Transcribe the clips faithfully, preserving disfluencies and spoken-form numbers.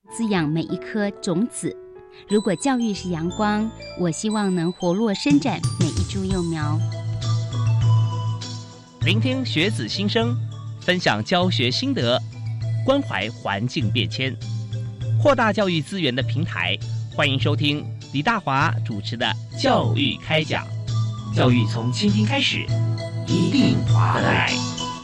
滋养每一颗种子。如果教育是阳光，我希望能活络伸展每一株幼苗。 聆听学子心声，分享教学心得，关怀环境变迁，扩大教育资源的平台。欢迎收听李大华主持的教育开讲。教育从倾听开始，一定划得来。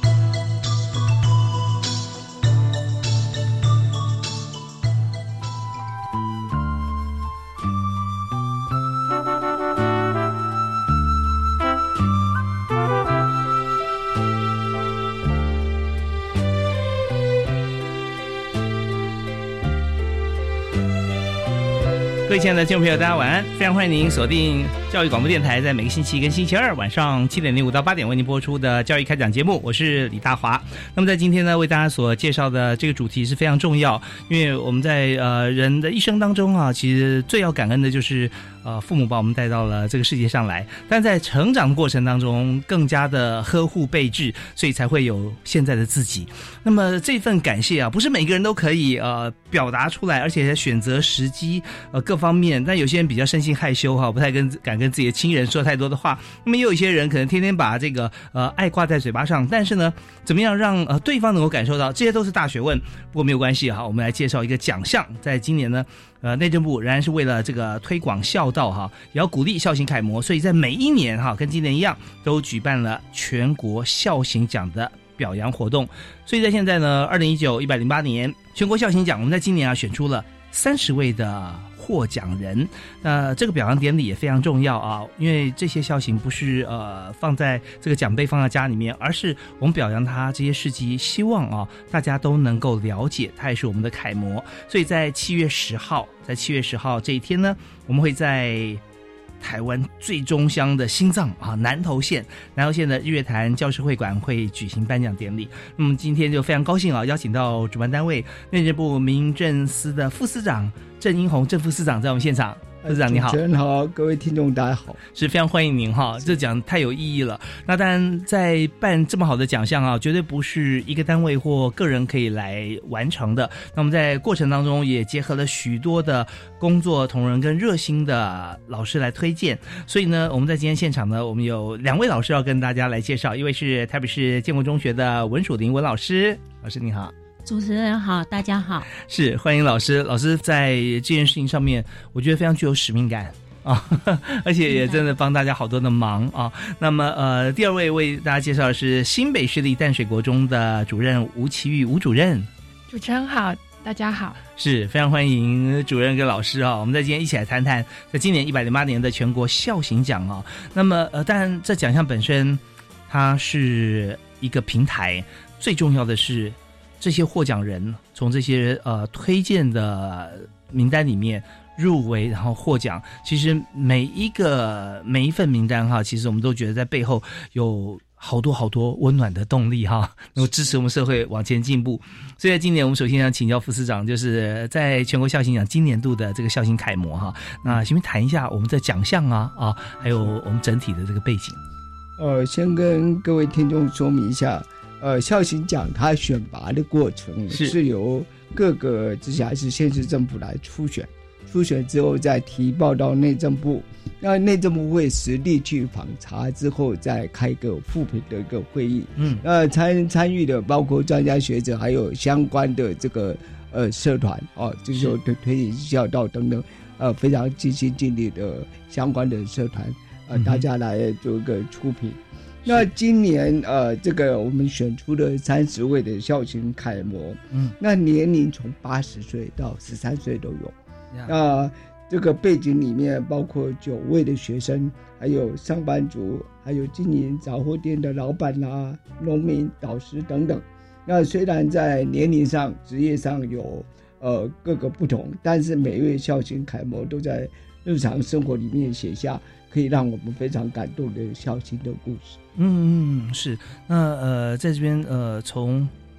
各位亲爱的听众朋友，大家晚安！非常欢迎您锁定教育广播电台，在每个星期一跟星期二晚上七点零五到八点为您播出的教育开讲节目，我是李大华。那么在今天呢，为大家所介绍的这个主题是非常重要，因为我们在呃人的一生当中啊，其实最要感恩的就是呃父母把我们带到了这个世界上来，但在成长的过程当中更加的呵护备至，所以才会有现在的自己。那么这份感谢啊，不是每个人都可以呃表达出来，而且选择时机呃各方面，但有些人比较生性害羞哈，不太跟敢跟自己的亲人说太多的话。那么也有一些人可能天天把这个呃爱挂在嘴巴上，但是呢，怎么样让呃对方能够感受到，这些都是大学问。不过没有关系哈，我们来介绍一个奖项，在今年呢，呃内政部仍然是为了这个推广孝道哈，也要鼓励孝行楷模，所以在每一年哈，跟今年一样，都举办了全国孝行奖的表扬活动。所以在现在呢，二零一九一百零八年全国孝行奖，我们在今年啊选出了三十位的获奖人。那这个表扬典礼也非常重要啊，因为这些孝行不是呃放在这个奖杯放在家里面，而是我们表扬他这些事迹，希望啊大家都能够了解，他也是我们的楷模。所以在七月十号，在七月十号这一天呢，我们会在台湾最中乡的心脏啊，南投县南投县的日月潭教师会馆会举行颁奖典礼。那么今天就非常高兴啊，邀请到主办单位内政部民政司的副司长郑英宏郑副司长在我们现场。副司长你好。 主持人好，各位听众大家好。 是非常欢迎您哈，这奖太有意义了。那当然在办这么好的奖项啊，绝对不是一个单位或个人可以来完成的。那我们在过程当中也结合了许多的工作同仁跟热心的老师来推荐。所以呢，我们在今天现场呢，我们有两位老师要跟大家来介绍，一位是台北市建国中学的文曙林文老师。老师你好。 主持人好，大家好。 是，欢迎老师。老师在这件事情上面，我觉得非常具有使命感啊，而且也真的帮大家好多的忙啊。那么呃，第二位为大家介绍的是新北市立淡水国中的主任吴其玉吴主任。 主持人好，大家好。 是，非常欢迎主任跟老师啊。我们在今天一起来谈谈在今年一百零八年的全国孝行奖啊。那么呃，当然这奖项本身它是一个平台，最重要的是这些获奖人从这些呃推荐的名单里面入围，然后获奖。其实每一个每一份名单哈，其实我们都觉得在背后有好多好多温暖的动力哈，能够支持我们社会往前进步。所以在今年，我们首先要请教副司长，就是在全国孝行奖今年度的这个孝行楷模哈。那先谈一下我们的奖项啊啊，还有我们整体的这个背景。 呃，先跟各位听众说明一下。呃，孝行奖它选拔的过程是由各个直辖市县市政府来初选，初选之后再提报到内政部，那内政部会实地去访查之后再开个复评的一个会议。嗯，那参参与的包括专家学者，还有相关的这个呃社团哦，就是说推推行孝道等等，呃，非常尽心尽力的相关的社团，呃，嗯、大家来做一个初评。那今年呃，这个我们选出了三十位的孝行楷模，嗯，那年龄从八十岁到十三岁都有。那、呃、这个背景里面包括九位的学生，还有上班族，还有经营杂货店的老板啦、农民、导师等等。那虽然在年龄上、职业上有呃各个不同，但是每位孝行楷模都在日常生活里面写下可以让我们非常感动的孝心的故事。 嗯嗯，是。那呃，在这边呃，从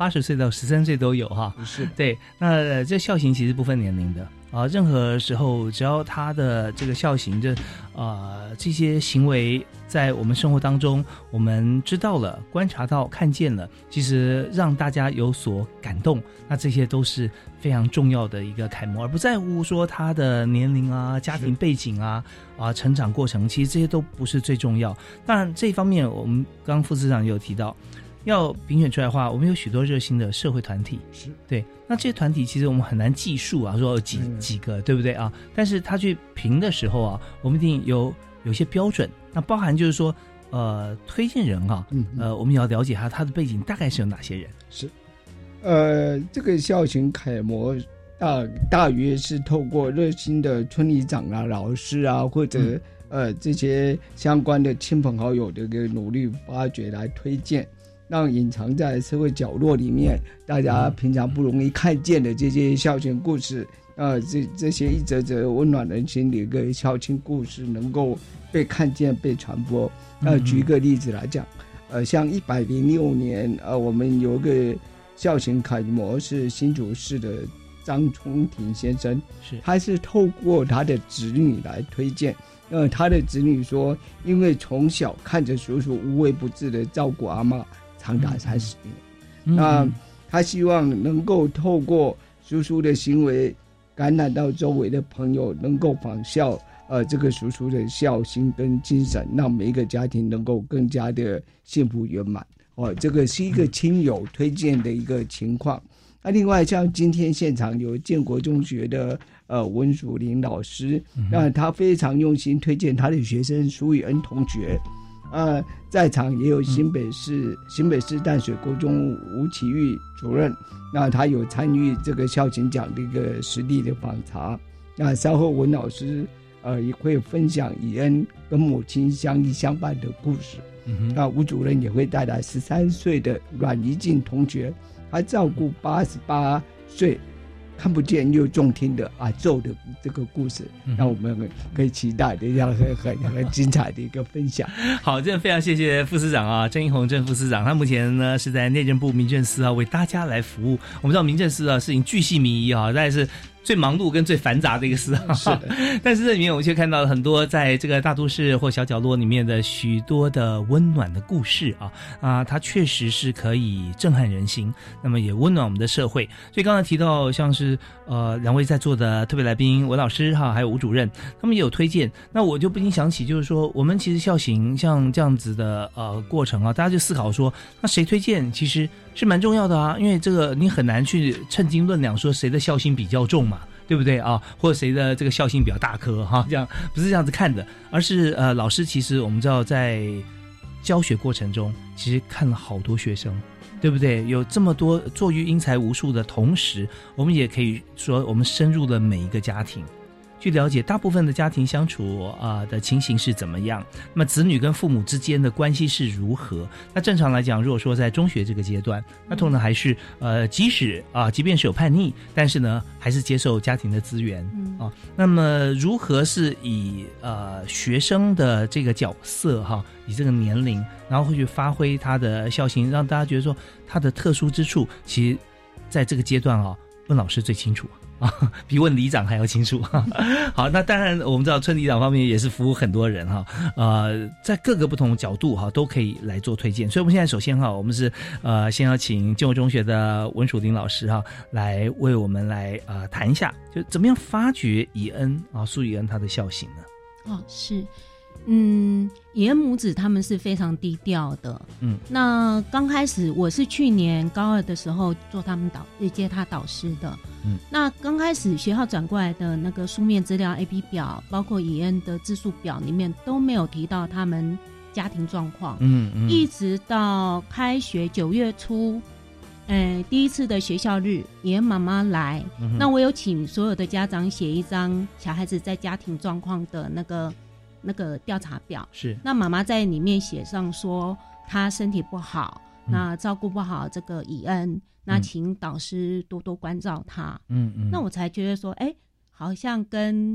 八十岁到十三岁都有哈。 是， 对，那这孝行其实不分年龄的啊，任何时候只要他的这个孝行这啊、呃、这些行为在我们生活当中我们知道了、观察到、看见了，其实让大家有所感动，那这些都是非常重要的一个楷模，而不在乎说他的年龄啊、家庭背景啊、啊成长过程，其实这些都不是最重要。当然这一方面我们刚刚副司长也有提到，要评选出来的话，我们有许多热心的社会团体， 是对。那这些团体其实我们很难计数啊，说有几、嗯、几个，对不对啊？但是他去评的时候啊，我们一定有有些标准。那包含就是说，呃，推荐人啊，嗯、呃，我们也要了解他他的背景大概是有哪些人。 是，呃，这个孝行楷模大大约是透过热心的村里长啊、老师啊，或者、嗯、呃这些相关的亲朋好友的一个努力发掘来推荐。让隐藏在社会角落里面，大家平常不容易看见的这些孝亲故事，呃，这这些一则则温暖人心的一个孝亲故事，能够被看见、被传播。呃，举一个例子来讲，呃，像一百零六年，呃，我们有一个孝行楷模是新竹市的张冲庭先生， 是他是透过他的子女来推荐。呃，他的子女说，因为从小看着叔叔无微不至的照顾阿嬷。长达三十年， 嗯、 那他希望能够透过叔叔的行为感染到周围的朋友，能够仿效呃这个叔叔的孝心跟精神，让每一个家庭能够更加的幸福圆满。哦，这个是一个亲友推荐的一个情况。那另外像今天现场有建国中学的呃文淑玲老师，那他非常用心推荐他的学生苏雨恩同学。呃，在场也有新北市、嗯、新北市淡水国中吴启玉主任，那他有参与这个孝行奖的一个实地的访查。那稍后文老师呃也会分享以恩跟母亲相依相伴的故事。嗯、那吴主任也会带来十三岁的阮怡静同学，他照顾八十八岁。看不见又重听的阿宙的这个故事，那我们可以期待的一样很很很精彩的一个分享。 好，真的非常谢谢副司长啊，郑英宏郑副司长，他目前呢是在内政部民政司啊为大家来服务。我们知道民政司啊事情巨细靡遗啊，但是最忙碌跟最繁杂的一个司啊， 是的。 但是这里面我们却看到了很多在这个大都市或小角落里面的许多的温暖的故事啊啊，它确实是可以震撼人心，那么也温暖我们的社会。所以刚才提到像是呃两位在座的特别来宾文老师哈，还有吴主任，他们也有推荐。那我就不禁想起，就是说我们其实孝行像这样子的呃过程啊，大家就思考说，那谁推荐其实是蛮重要的啊，因为这个你很难去称斤论两说谁的孝心比较重嘛，对不对啊？或者谁的这个孝心比较大颗哈？这样不是这样子看的，而是呃，老师其实我们知道在教学过程中，其实看了好多学生，对不对？有这么多坐育英才无数的同时，我们也可以说我们深入了每一个家庭。去了解大部分的家庭相处啊、呃、的情形是怎么样，那么子女跟父母之间的关系是如何？那正常来讲，如果说在中学这个阶段，那通常还是呃，即使啊、呃，即便是有叛逆，但是呢，还是接受家庭的资源啊、呃。那么如何是以呃学生的这个角色哈，以这个年龄，然后会去发挥他的孝心，让大家觉得说他的特殊之处，其实在这个阶段啊，问老师最清楚。啊，比问里长还要清楚。好，那当然我们知道村里长方面也是服务很多人哈，呃，在各个不同角度哈都可以来做推荐。所以我们现在首先哈，我们是呃先要请建国中学的文淑玲老师哈来为我们来呃谈一下，就怎么样发掘以恩啊苏以恩他的孝行呢？ 哦，是。嗯，以恩母子他们是非常低调的。嗯，那刚开始我是去年高二的时候做他们导接他导师的。嗯，那刚开始学校转过来的那个书面资料 A P 表，包括以恩的字数表里面都没有提到他们家庭状况。嗯嗯，一直到开学九月初，呃，第一次的学校日，以恩妈妈来，嗯、那我有请所有的家长写一张小孩子在家庭状况的那个。那个调查表是， 那妈妈在里面写上说她身体不好，嗯、那照顾不好这个以恩，嗯、那请导师多多关照她。嗯嗯，那我才觉得说，哎，好像跟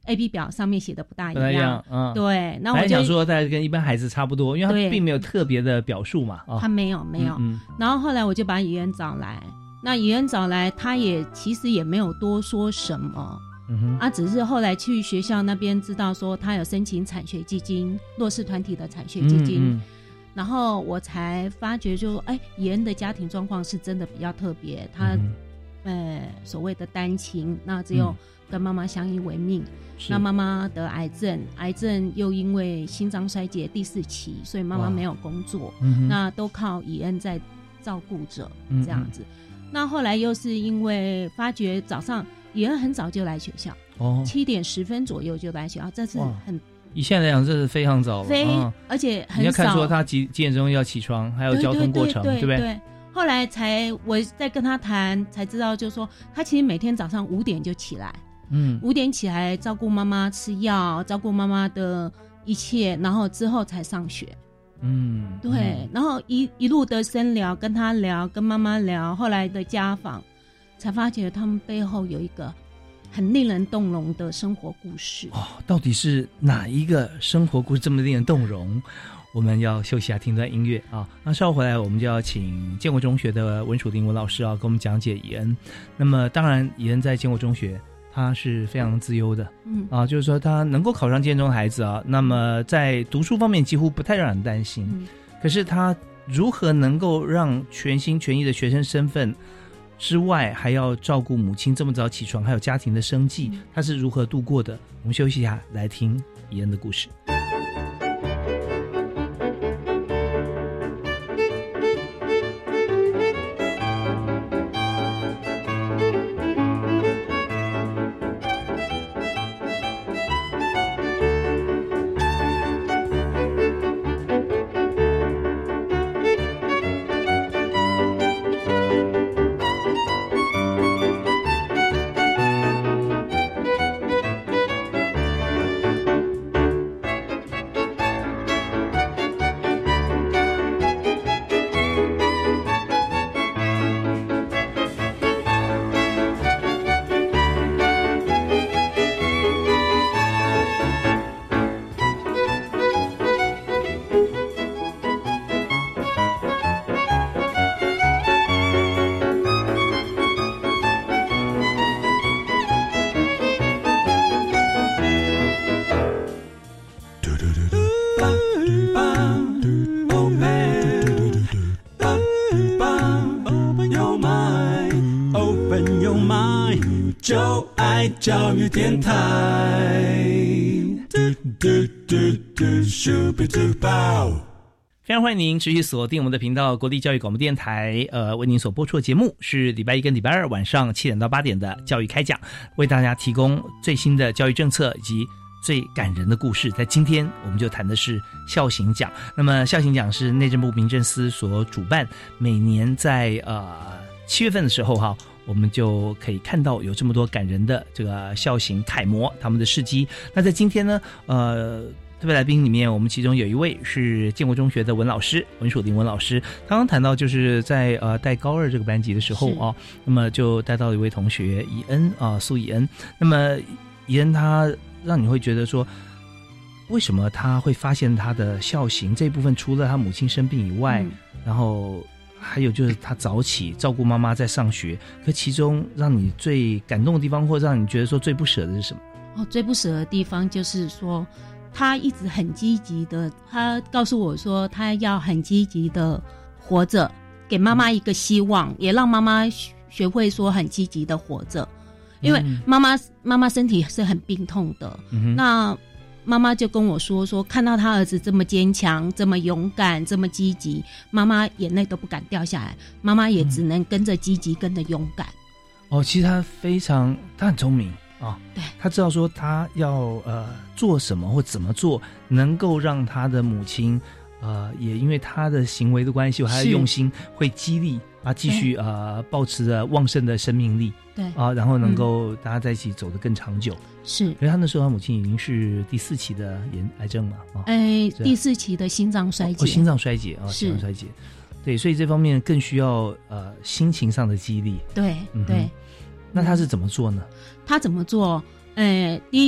A B 表上面写的不大一样， 不大一样，嗯， 对。那我就想说大概跟一般孩子差不多，因为他并没有特别的表述嘛， 哦、他没有没有、嗯嗯。然后后来我就把语言找来，那语言找来，他也其实也没有多说什么，嗯哼，啊，只是后来去学校那边知道说他有申请产学基金，弱势团体的产学基金。嗯嗯，然后我才发觉就，就哎，怡恩的家庭状况是真的比较特别，他、嗯、呃所谓的单亲，那只有跟妈妈相依为命。嗯、那妈妈得癌症，癌症又因为心脏衰竭第四期，所以妈妈没有工作，嗯、那都靠怡恩在照顾着这样子。嗯、那后来又是因为发觉早上怡恩很早就来学校，哦，七点十分左右就来学校，这是很。 以现在来讲，这是非常早了， 非、嗯、而且很少。 你要看说他几几点钟要起床，还有交通过程， 对, 对, 对, 对, 对不对？ 后来才我在跟他谈，才知道，就是说他其实每天早上五点就起来，嗯，五点起来照顾妈妈吃药，照顾妈妈的一切，然后之后才上学，嗯，对，嗯、然后一一路的深聊，跟他聊，跟妈妈聊，后来的家访，才发觉他们背后有一个很令人动容的生活故事哦，到底是哪一个生活故事这么令人动容？我们要休息一下，听段音乐啊。那稍后回来，我们就要请建国中学的文楚玲文老师啊，给我们讲解怡恩。那么，当然，怡恩在建国中学，他是非常资优的，嗯啊，就是说他能够考上建中的孩子啊，那么在读书方面几乎不太让人担心。嗯、可是他如何能够让全心全意的学生身份之外，还要照顾母亲这么早起床，还有家庭的生计，他是如何度过的？我们休息一下，来听怡恩的故事。 教育电台， 非常欢迎您持续锁定我们的频道国立教育广播电台，呃，为您所播出的节目是礼拜一跟礼拜二晚上七点到八点的教育开讲，为大家提供最新的教育政策以及最感人的故事。在今天我们就谈的是孝行奖。那么孝行奖是内政部民政司所主办，每年在呃七月份的时候哈，我们就可以看到有这么多感人的这个孝行楷模他们的事迹。那在今天呢，呃，特别来宾里面，我们其中有一位是建国中学的文老师，文楚玲文老师。刚刚谈到就是在呃带高二这个班级的时候啊，那么就带到一位同学怡恩啊，苏怡恩。那么怡恩他让你会觉得说，为什么他会发现他的孝行这一部分，除了他母亲生病以外，嗯、然后还有就是他早起照顾妈妈在上学，可其中让你最感动的地方，或者让你觉得说最不舍的是什么？ 哦，最不舍的地方就是说他一直很积极的，他告诉我说他要很积极的活着，给妈妈一个希望，嗯、也让妈妈学会说很积极的活着，因为妈妈妈妈身体是很病痛的，嗯、那妈妈就跟我说说看到他儿子这么坚强，这么勇敢，这么积极，妈妈眼泪都不敢掉下来，妈妈也只能跟着积极，跟着勇敢。 哦，其实他非常他很聪明啊、哦， 对， 他知道说他要呃做什么或怎么做能够让他的母亲呃也因为他的行为的关系，他的用心会激励啊继续呃保持着旺盛的生命力， 对啊，然后能够大家在一起走得更长久。 是， 因为他那时候他母亲已经是第四期的炎癌症嘛，啊， 哎，第四期的心脏衰竭， 哦，心脏衰竭啊，心脏衰竭，对，所以这方面更需要呃心情上的激励。 对、嗯、对， 那他是怎么做呢？ 他怎么做？呃，第一个，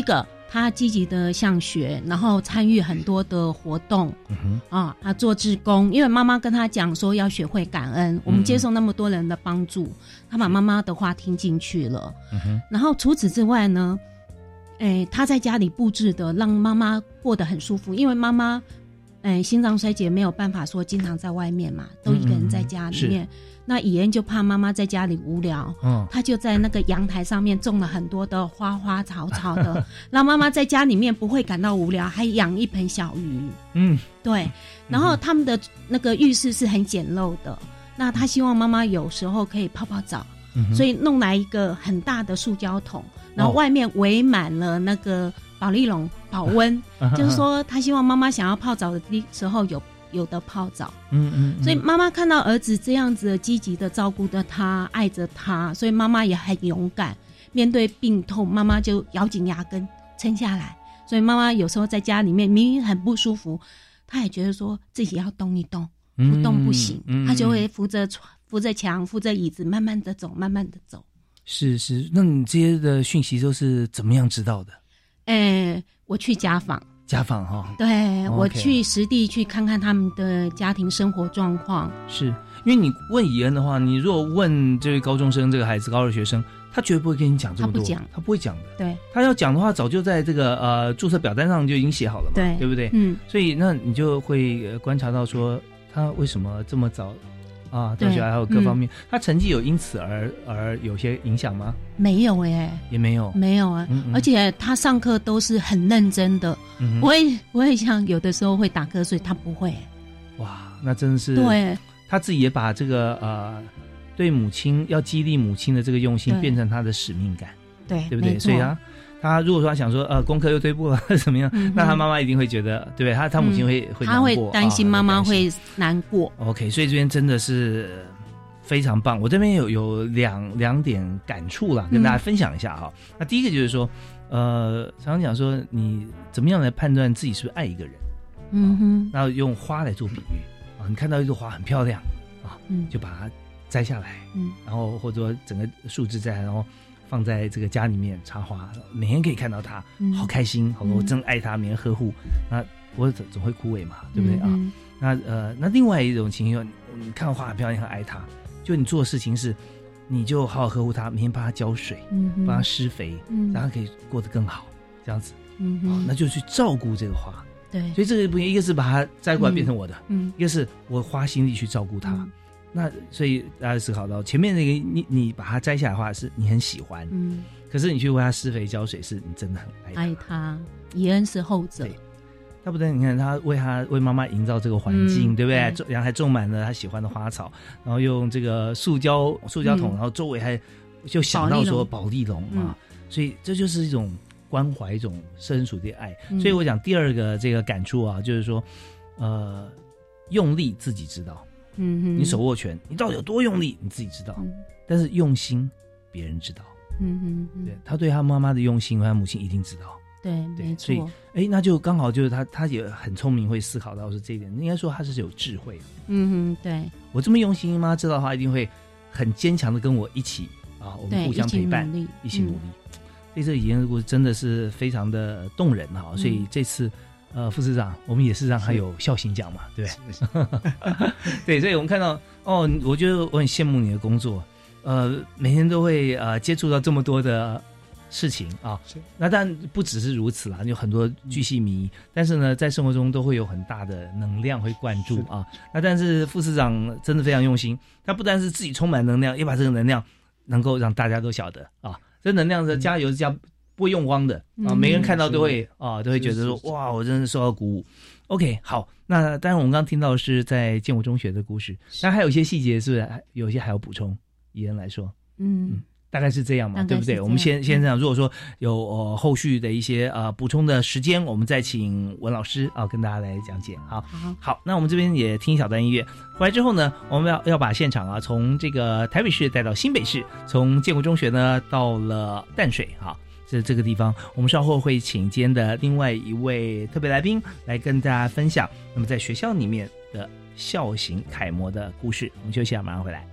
他积极的向学，然后参与很多的活动，嗯哼，啊，他做志工，因为妈妈跟他讲说要学会感恩，嗯、我们接受那么多人的帮助，他把妈妈的话听进去了，嗯哼，然后除此之外呢，哎，他在家里布置的让妈妈过得很舒服，因为妈妈，哎，心脏衰竭没有办法说经常在外面嘛，都一个人在家里面。嗯那以恩就怕妈妈在家里无聊，嗯，他就在那个阳台上面种了很多的花花草草的，让妈妈在家里面不会感到无聊，还养一盆小鱼，嗯，对。然后他们的那个浴室是很简陋的，那他希望妈妈有时候可以泡泡澡，嗯、所以弄来一个很大的塑胶桶，然后外面围满了那个保丽龙保温，哦、就是说他希望妈妈想要泡澡的时候有。有的泡澡，嗯嗯，嗯所以妈妈看到儿子这样子的积极的照顾着他，爱着他，所以妈妈也很勇敢，面对病痛，妈妈就咬紧牙根撑下来。所以妈妈有时候在家里面明明很不舒服，她也觉得说自己要动一动，不动不行，嗯嗯、她就会扶着扶着墙，扶着椅子，慢慢的走，慢慢的走。 是是，那你这些的讯息都是怎么样知道的？ 哎，我去家访。 家访哈， 对、oh, okay. 我去实地去看看他们的家庭生活状况。 是因为你问以恩的话，你如果问这位高中生这个孩子高二学生，他绝对不会跟你讲这么多，他不讲，他不会讲的。 对， 他要讲的话，早就在这个呃注册表单上就已经写好了嘛， 对， 对不对？嗯，所以那你就会观察到说他为什么这么早啊，到学还有各方面，嗯、他成绩有因此而而有些影响吗？ 没有哎、欸， 也没有， 没有啊、欸嗯嗯，而且他上课都是很认真的，嗯、不会不会像有的时候会打瞌睡，他不会、欸。 哇，那真的是对， 他自己也把这个呃对母亲要激励母亲的这个用心变成他的使命感， 对对不对？所以啊。他如果说他想说呃功课又退步了怎么样、嗯、那他妈妈一定会觉得对不对？他他母亲会、嗯、会难过， 他会担心妈妈会难过、 啊、OK， 所以这边真的是非常棒。我这边有有两两点感触啦，跟大家分享一下哈、嗯。那第一个就是说呃常常讲说你怎么样来判断自己是不是爱一个人，嗯哼，然后用花来做比喻啊，你看到一朵花很漂亮啊、嗯，就把它摘下来，嗯，然后或者说整个树枝摘，然后放在这个家里面插花，每天可以看到它，嗯、好开心，好，我真爱它，每天呵护。那我总总会枯萎嘛，对不对、嗯、啊？那呃，那另外一种情况，你看到花很漂亮，很爱它，就你做的事情是，你就好好呵护它，每天帮它浇水，嗯、帮它施肥，嗯、让它可以过得更好，这样子，嗯、啊，那就去照顾这个花。 对， 所以这个不一个是把它摘过来变成我的，嗯，一个是我花心力去照顾它。嗯，那所以大家思考到前面那个你你把它摘下来的话是你很喜欢，嗯，可是你去为它施肥浇水是你真的很爱它。 爱它，以恩是后者。 他不但你看他为他为妈妈营造这个环境，嗯、对不对？对，阳台种满了他喜欢的花草，然后用这个塑胶塑胶桶，嗯、然后周围还就想到说保丽龙啊、嗯，所以这就是一种关怀，一种设身处地的爱。嗯、所以我讲第二个这个感触啊，就是说，呃，用力自己知道。嗯哼，你手握拳，你到底有多用力，你自己知道。嗯、但是用心，别人知道。嗯哼哼，对，他对他妈妈的用心，他母亲一定知道。 对， 对， 没错。 所以，哎，那就刚好就是他，他也很聪明，会思考到是这一点。应该说他是有智慧的。 嗯哼，对。 我这么用心，妈妈知道的话，一定会很坚强的跟我一起啊，我们互相陪伴，一起努力。嗯、所以这个以恩的故事真的是非常的动人哈。所以这次。呃，副市长，我们也是让他有孝心奖嘛，对不对？对，所以我们看到哦，我觉得我很羡慕你的工作，呃，每天都会呃接触到这么多的事情啊。那但不只是如此啦，有很多巨细靡遗，但是呢，在生活中都会有很大的能量会灌注啊。那但是副市长真的非常用心，他不但是自己充满能量，也把这个能量能够让大家都晓得啊，这能量的加油是加。不会用光的啊！每个人看到都会啊，都会觉得说哇，我真的受到鼓舞。OK， 好，那当然我们刚刚听到的是在建国中学的故事，但还有一些细节是不是有一些还有补充？以恩来说，嗯。嗯大概是这样嘛，对不对？我们先先这样，如果说有呃后续的一些呃补充的时间，我们再请文老师啊、呃、跟大家来讲解。好，好，好，那我们这边也听一小段音乐，回来之后呢，我们要要把现场啊从这个台北市带到新北市，从建国中学呢到了淡水哈。这这个地方，我们稍后会请今天的另外一位特别来宾来跟大家分享。那么在学校里面的孝行楷模的故事，我们休息一下，马上回来。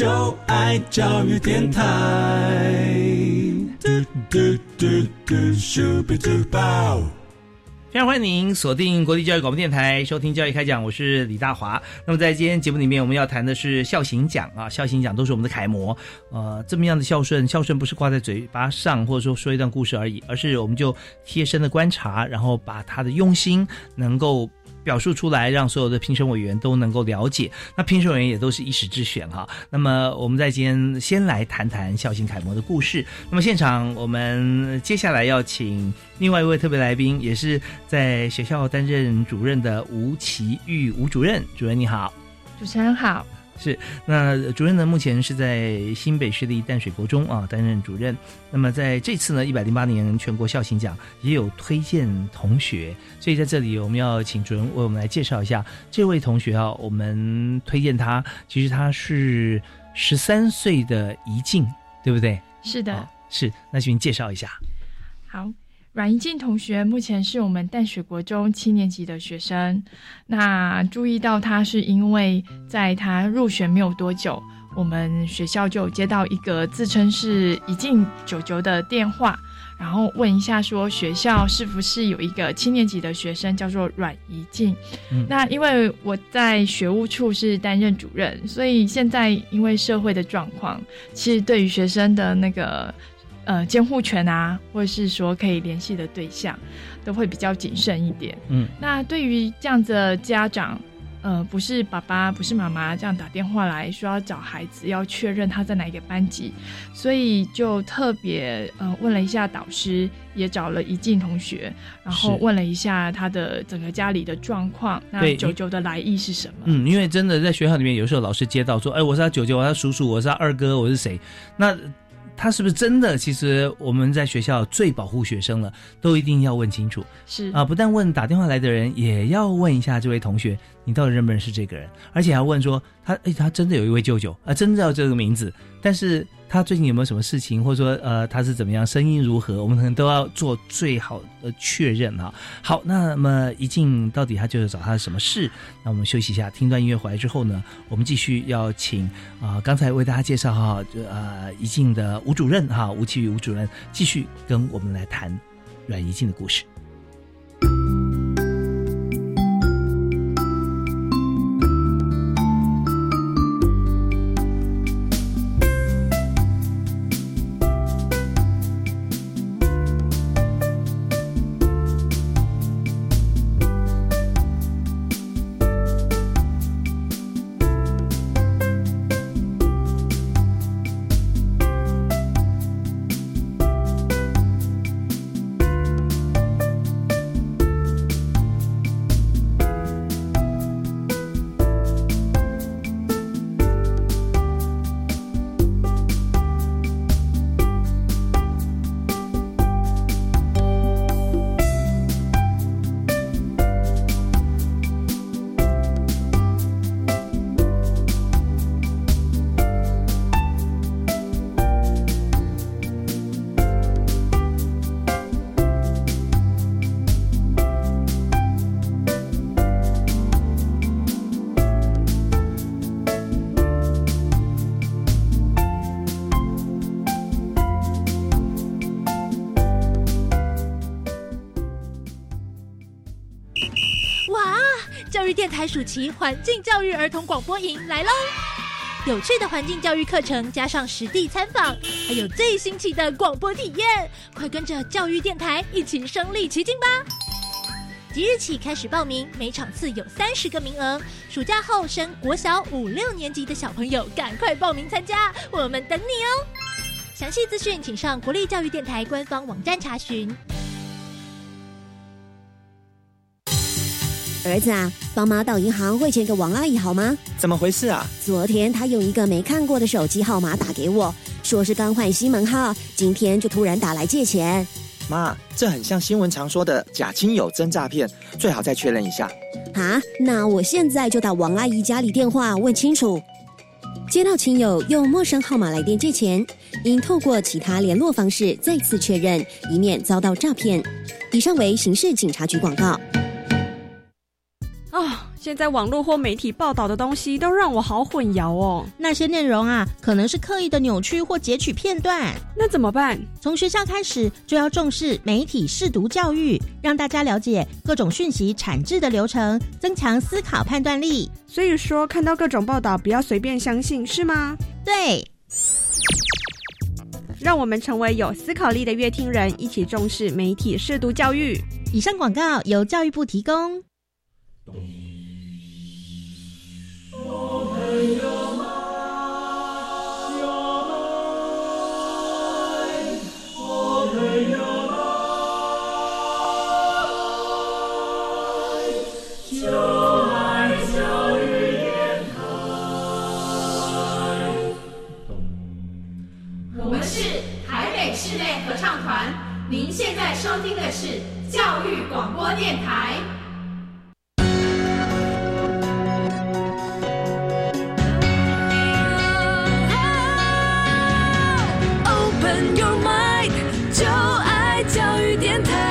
就爱教育电台。嘟嘟嘟嘟，Super Duper。 非常欢迎您锁定国立教育广播电台收听教育开讲，我是李大华。那么在今天节目里面，我们要谈的是孝行奖啊，孝行奖都是我们的楷模。呃，这么样的孝顺，孝顺不是挂在嘴巴上，或者说说一段故事而已，而是我们就贴身的观察，然后把他的用心能够表述出来，让所有的评审委员都能够了解。那评审委员也都是一时之选哈。那么我们在今天先来谈谈孝行楷模的故事。那么现场我们接下来要请另外一位特别来宾，也是在学校担任主任的吴奇玉吴主任。主任你好。 主持人好。 是，那主任呢，目前是在新北市立淡水国中啊担任主任。那么在这次呢，一百零八年全国孝行奖也有推荐同学，所以在这里我们要请主任为我们来介绍一下这位同学啊。我们推荐他，其实他是十三岁的宜静，对不对？ 是的， 哦、是。那请您介绍一下。 好。阮宜静同学目前是我们淡水国中七年级的学生。那注意到他是因为在他入学没有多久，我们学校就有接到一个自称是宜静舅舅的电话，然后问一下说学校是不是有一个七年级的学生叫做阮宜静、嗯、那因为我在学务处是担任主任，所以现在因为社会的状况，其实对于学生的那个呃，监护权啊，或者是说可以联系的对象，都会比较谨慎一点。嗯，那对于这样子的家长，呃，不是爸爸，不是妈妈这样打电话来说要找孩子，要确认他在哪一个班级，所以就特别呃问了一下导师，也找了宜静同学，然后问了一下他的整个家里的状况，那舅舅的来意是什么？嗯， 因为真的在学校里面，有时候老师接到说，哎，我是他舅舅，我是他叔叔，我是他二哥，我是谁？那他是不是真的？其实我们在学校最保护学生了，都一定要问清楚。是啊，不但问打电话来的人，也要问一下这位同学，你到底认不认识这个人？而且还问说，他哎，他真的有一位舅舅啊，真的叫这个名字，但是他最近有没有什么事情，或者说呃他是怎么样，声音如何，我们可能都要做最好的确认哈。好，那么宜静到底他就是找他什么事？那我们休息一下，听段音乐回来之后呢，我们继续要请啊、呃、刚才为大家介绍哈呃宜静的吴主任哈吴奇宇吴主任继续跟我们来谈阮宜静的故事。 电台暑期环境教育儿童广播营来喽！有趣的环境教育课程加上实地参访，还有最新奇的广播体验，快跟着教育电台一起身临其境吧！即日起开始报名，每场次有三十个名额。暑假后升国小五六年级的小朋友，赶快报名参加，我们等你哦！详细资讯请上国立教育电台官方网站查询。 儿子啊，帮妈到银行汇钱给王阿姨好吗？ 怎么回事啊？ 昨天她用一个没看过的手机号码打给我，说是刚换新门号，今天就突然打来借钱。 妈，这很像新闻常说的假亲友真诈骗，最好再确认一下。 啊，那我现在就打王阿姨家里电话问清楚。接到亲友用陌生号码来电借钱，应透过其他联络方式再次确认，以免遭到诈骗。以上为刑事警察局广告。 哦， 哦，现在网络或媒体报道的东西都让我好混淆哦。 那些内容啊，可能是刻意的扭曲或截取片段。 那怎么办？ 从学校开始就要重视媒体识读教育，让大家了解各种讯息产制的流程，增强思考判断力。 所以说，看到各种报道不要随便相信，是吗？ 对。 让我们成为有思考力的乐听人，一起重视媒体识读教育。 以上广告由教育部提供。 您现在收听的是教育广播电台。Open your mind， 就爱教育电台。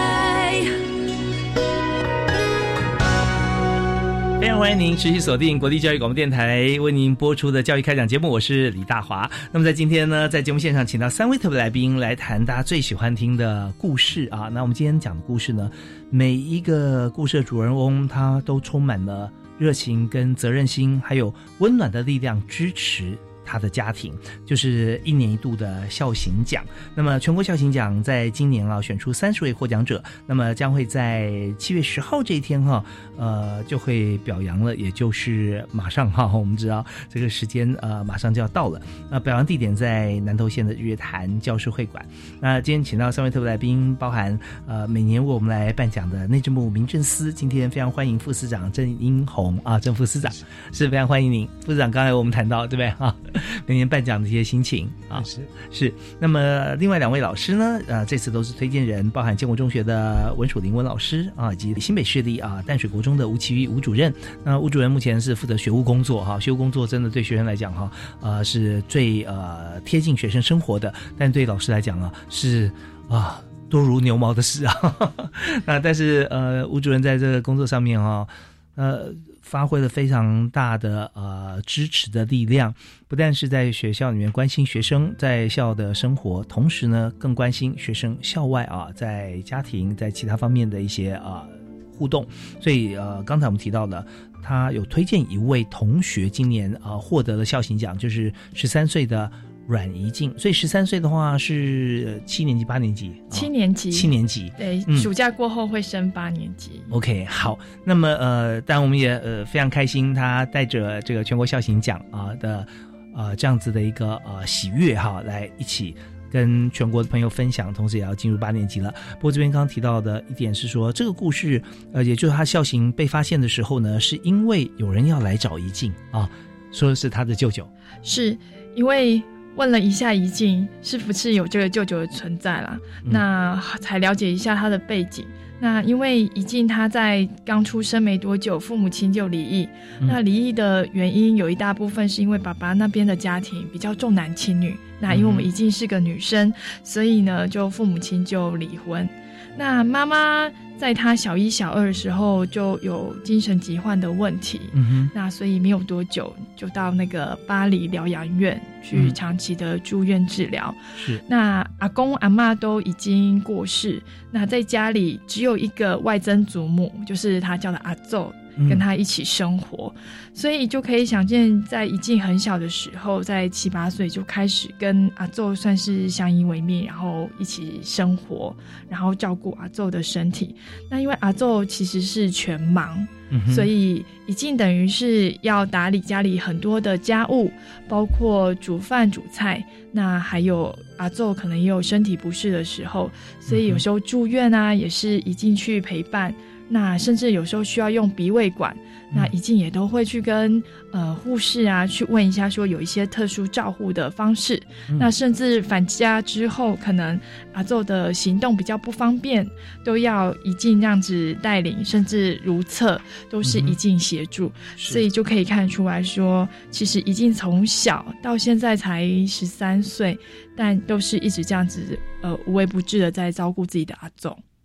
非常欢迎您持续锁定国立教育广播电台为您播出的教育开讲节目，我是李大华。那么在今天呢，在节目现场请到三位特别来宾来谈大家最喜欢听的故事啊。那我们今天讲的故事呢，每一个故事的主人翁他都充满了热情跟责任心，还有温暖的力量支持他的家庭，就是一年一度的孝行奖。那么全国孝行奖在今年啊选出三十位获奖者，那么将会在七月十号这一天哈、啊，呃就会表扬了，也就是马上哈，我们知道这个时间呃马上就要到了。那表扬地点在南投县的日月潭教师会馆。那今天请到三位特别来宾，包含呃每年为我们来颁奖的内政部民政司，今天非常欢迎副司长郑英宏啊，郑副司长是非常欢迎您。副司长刚才我们谈到对不对啊？每年颁奖的一些心情啊， 是是。那么另外两位老师呢，呃，这次都是推荐人，包含建国中学的文楚林文老师啊，以及新北市立啊淡水国中的吴其瑜吴主任。那吴主任目前是负责学务工作哈，学务工作真的对学生来讲哈，呃，是最呃贴近学生生活的，但对老师来讲啊，是啊多如牛毛的事啊。那但是呃，吴主任在这个工作上面哈，呃。发挥了非常大的呃支持的力量，不但是在学校里面关心学生在校的生活，同时呢更关心学生校外啊在家庭在其他方面的一些啊、呃、互动。所以呃刚才我们提到了他有推荐一位同学今年啊、呃、获得了孝行奖，就是十三岁的阮怡静。所以十三岁的话是七年级八年级七年级、哦、 七年级对、嗯、暑假过后会升八年级。 OK 好，那么呃但我们也呃非常开心，他带着这个全国孝行奖啊、呃、的呃这样子的一个呃喜悦哈，来一起跟全国的朋友分享，同时也要进入八年级了。不过这边刚刚提到的一点是说，这个故事呃也就是他孝行被发现的时候呢，是因为有人要来找怡静啊，说的是他的舅舅， 是因为问了一下怡静是不是有这个舅舅的存在啦、嗯、那才了解一下他的背景。那因为怡静他在刚出生没多久父母亲就离异、嗯、那离异的原因有一大部分是因为爸爸那边的家庭比较重男轻女，那因为我们怡静是个女生、嗯、所以呢就父母亲就离婚。那妈妈在她小一小二的时候就有精神疾患的问题、嗯、那所以没有多久就到那个巴黎疗养院去长期的住院治疗、嗯、是。那阿公阿嬷都已经过世，那在家里只有一个外曾祖母，就是他叫的阿祖跟他一起生活、嗯、所以就可以想见在怡静很小的时候，在七八岁就开始跟阿祖算是相依为命，然后一起生活，然后照顾阿祖的身体。那因为阿祖其实是全盲、嗯、所以怡静等于是要打理家里很多的家务，包括煮饭煮菜，那还有阿祖可能也有身体不适的时候，所以有时候住院啊也是怡静去陪伴，那甚至有时候需要用鼻胃管，那怡静也都会去跟呃护士啊去问一下，说有一些特殊照护的方式、嗯、那甚至返家之后可能阿祖的行动比较不方便，都要怡静这样子带领，甚至如厕都是怡静协助、嗯、所以就可以看出来说，其实怡静从小到现在才十三岁，但都是一直这样子呃无微不至的在照顾自己的阿祖。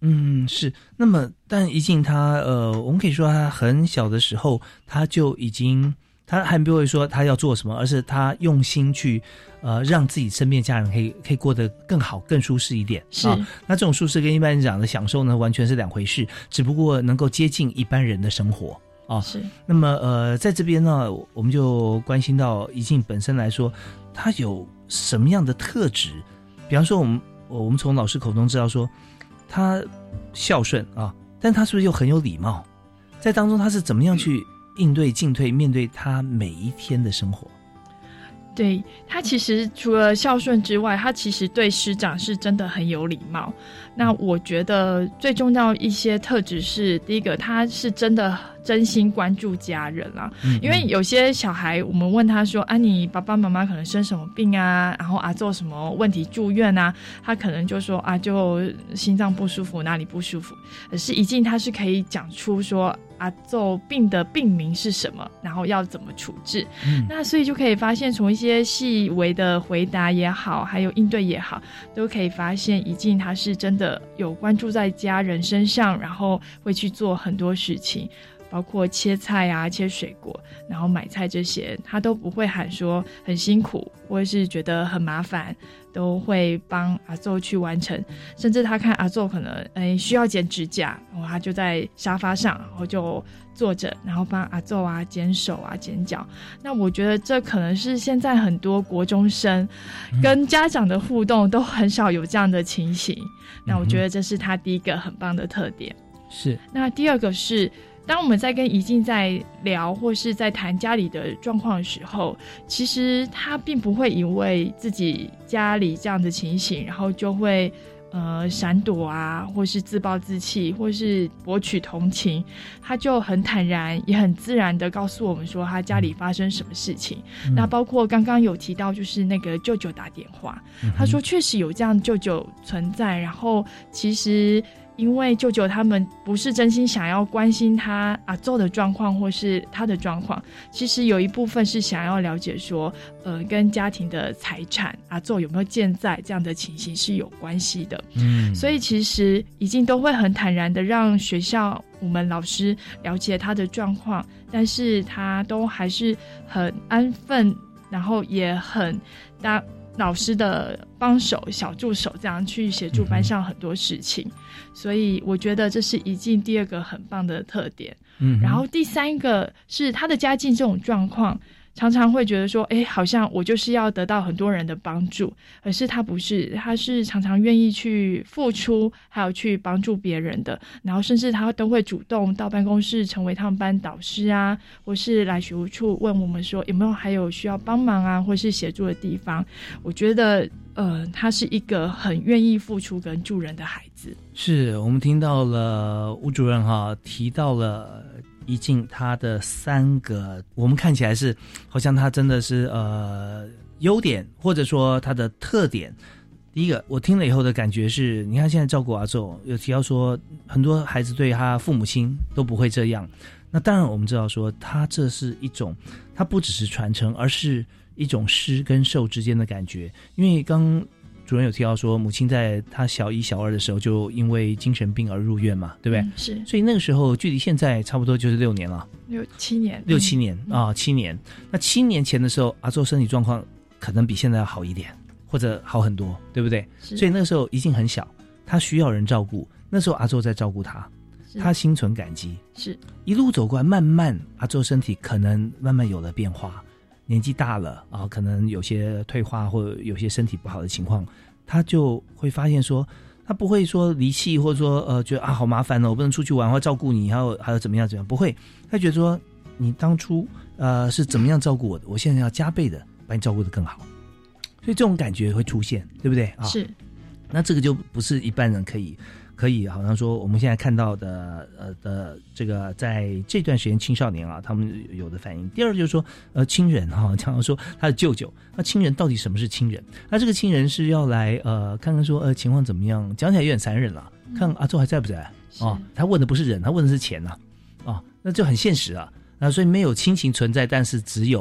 嗯，是。那么，但怡静她呃，我们可以说她很小的时候，她就已经，她还不会说她要做什么，而是她用心去呃，让自己身边家人可以可以过得更好、更舒适一点。 是。 啊，那这种舒适跟一般人讲的享受呢，完全是两回事，只不过能够接近一般人的生活。啊， 是。 那么呃，在这边呢，我们就关心到怡静本身来说，她有什么样的特质？比方说，我们我们从老师口中知道说，她孝顺啊，但她是不是又很有礼貌？在当中，她是怎么样去应对进退，面对她每一天的生活？ 对，他其实除了孝顺之外，他其实对师长是真的很有礼貌。那我觉得最重要一些特质是，第一个，他是真的真心关注家人啦。嗯嗯，因为有些小孩，我们问他说啊，你爸爸妈妈可能生什么病啊，然后啊做什么问题住院啊，他可能就说啊，就心脏不舒服，哪里不舒服。可是怡静他是可以讲出说阿祖病的病名是什么，然后要怎么处置。嗯，那所以就可以发现，从一些细微的回答也好，还有应对也好，都可以发现怡静他是真的有关注在家人身上，然后会去做很多事情，包括切菜啊、切水果，然后买菜这些，他都不会喊说很辛苦，或者是觉得很麻烦，都会帮阿祖去完成。甚至他看阿祖可能诶需要剪指甲，然后他就在沙发上，然后就坐着，然后帮阿祖啊剪手啊、剪脚。那我觉得这可能是现在很多国中生跟家长的互动都很少有这样的情形。嗯，那我觉得这是他第一个很棒的特点。 是。 那第二个是，当我们在跟怡静在聊或是在谈家里的状况的时候，其实他并不会因为自己家里这样的情形，然后就会呃闪躲啊，或是自暴自弃，或是博取同情。他就很坦然也很自然的告诉我们说他家里发生什么事情。嗯，那包括刚刚有提到就是那个舅舅打电话，嗯，他说确实有这样舅舅存在，然后其实因为舅舅他们不是真心想要关心他阿祖的状况或是他的状况，其实有一部分是想要了解说呃，跟家庭的财产阿祖有没有健在这样的情形是有关系的。嗯，所以其实已经都会很坦然的让学校我们老师了解他的状况，但是他都还是很安分，然后也很当老师的帮手、小助手，这样去协助班上很多事情。嗯，所以我觉得这是怡静第二个很棒的特点。嗯，然后第三个是他的家境这种状况，常常会觉得说，哎，好像我就是要得到很多人的帮助，可是他不是，他是常常愿意去付出，还有去帮助别人的，然后甚至他都会主动到办公室成为他们班导师啊，或是来学务处问我们说有没有还有需要帮忙啊，或是协助的地方。我觉得呃，他是一个很愿意付出跟助人的孩子。 是，我们听到了吴主任哈提到了怡静他的三个，我们看起来是好像他真的是呃优点，或者说他的特点。第一个我听了以后的感觉是，你看现在照顾阿祖有提到说很多孩子对他父母亲都不会这样，那当然我们知道说他这是一种，他不只是传承，而是一种师跟受之间的感觉。因为刚主任有提到说母亲在他小一小二的时候就因为精神病而入院嘛，对不对？ 嗯，是。 所以那个时候距离现在差不多就是六年了， 六七年六七年、嗯、啊七年。那七年前的时候阿祖身体状况可能比现在要好一点，或者好很多，对不对？所以那个时候已经很小，他需要人照顾，那时候阿祖在照顾他，他心存感激， 是一路走过来，慢慢阿祖身体可能慢慢有了变化，年纪大了啊，可能有些退化或有些身体不好的情况，他就会发现说，他不会说离弃，或者说呃觉得啊好麻烦哦，我不能出去玩，或照顾你，还有还有怎么样怎么样，不会，他觉得说你当初呃是怎么样照顾我的，我现在要加倍的把你照顾得更好，所以这种感觉会出现，对不对啊？ 是， 那这个就不是一般人可以。可以好像说我们现在看到的呃的这个在这段时间青少年啊他们有的反应。第二就是说呃亲人哈，常常说他的舅舅，那亲人到底什么是亲人？那这个亲人是要来呃看看说呃情况怎么样，讲起来有点残忍了，看阿祖还在不在啊、哦？他问的不是人，他问的是钱呐啊、哦，那就很现实啊。那所以没有亲情存在，但是只有